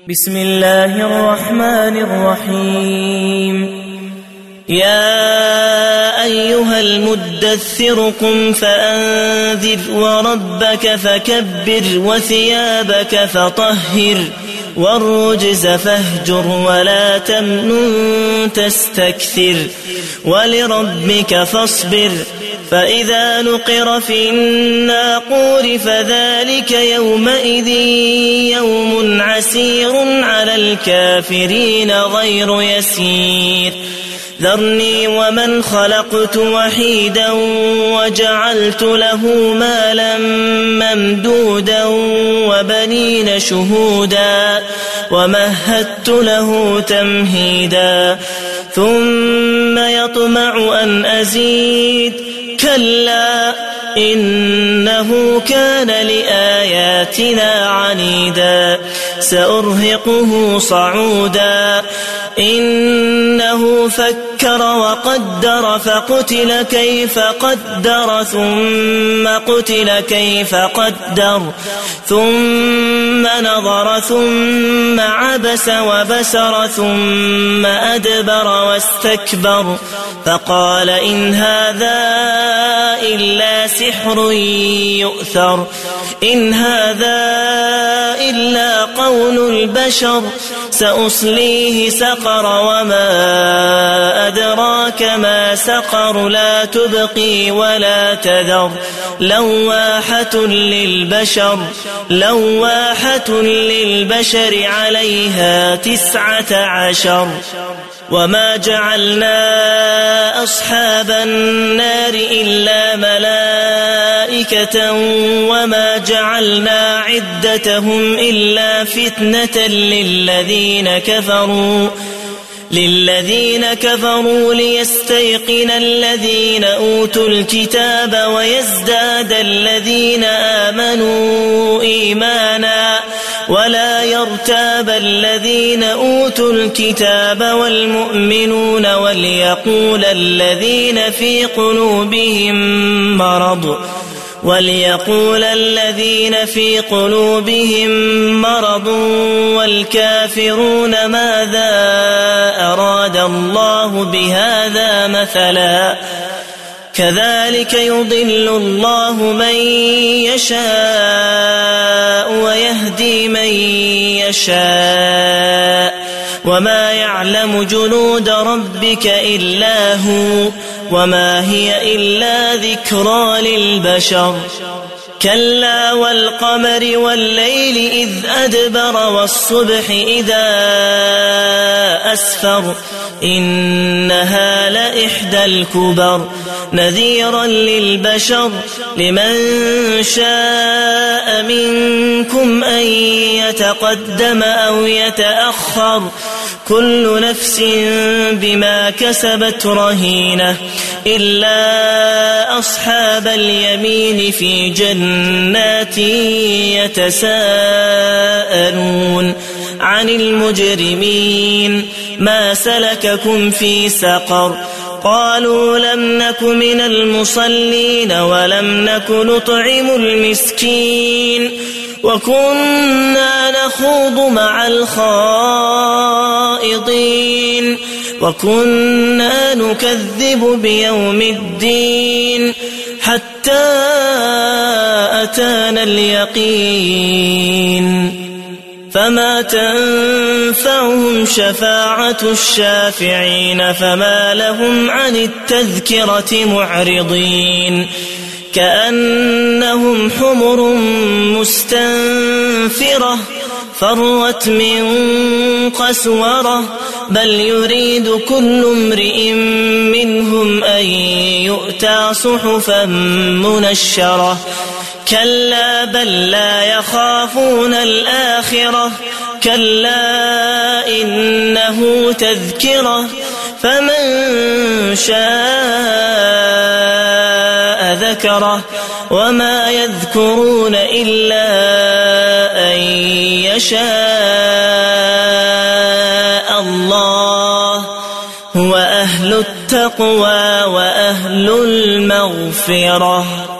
بسم الله الرحمن الرحيم. يا أيها المدثر قم فأنذر وربك فكبر وثيابك فطهر والرجز فاهجر ولا تمنن تستكثر ولربك فاصبر فإذا نقر في الناقور فذلك يومئذ يوم عسير على الكافرين غير يسير. ذرني ومن خلقت وحيدا وجعلت له مالا ممدودا وبنين شهودا ومهدت له تمهيدا ثم يطمع أن أزيد كلا إنه كان لآياتنا عنيدا سأرهقه صعودا إنه فكر وقدر فقتل كيف قدر ثم قتل كيف قدر ثم نظر ثم عبس وبسر ثم أدبر واستكبر فقال إن هذا إلا سحر يؤثر إن هذا إلا قول البشر سأصليه سقر وما أدراك ما سقر لا تبقي ولا تذر لواحة للبشر عليها 19. وما جعلنا أصحاب النار إلا ملائكة وما جعلنا عدتهم إلا فتنة للذين كفروا ليستيقن الذين أوتوا الكتاب ويزداد الذين آمنوا إيمانا ولا يرتاب الذين أوتوا الكتاب والمؤمنون وليقول الذين في قلوبهم مرض والكافرون ماذا أراد الله بهذا مثلا كذلك يضل الله من يشاء ويهدي من يشاء وما يعلم جنود ربك إلا هو وما هي إلا ذكرى للبشر. كلا والقمر والليل إذ أدبر والصبح إذا أسفر إنها لإحدى الكبر نذيرا للبشر لمن شاء منكم أن يتقدم أو يتأخر كل نفس بما كسبت رهينة إلا أصحاب اليمين في جنات يتساءلون عن المجرمين ما سلككم في سقر قالوا لم نك من المصلين ولم نك نطعم المسكين وكنا نخوض مع الخائضين وكنا نكذب بيوم الدين حتى أتانا اليقين فما تنفعهم شفاعة الشافعين فما لهم عن التذكرة معرضين كأنهم حمر مستنفرة فرت من قسورة بل يريد كل امرئ منهم أن يؤتى صحفا منشرة كلا بل لا يخافون الآخرة كلا إنه تذكرة فمن شاء ذكره وما يذكرون إلا أن يشاء الله هو أهل التقوى وأهل المغفرة.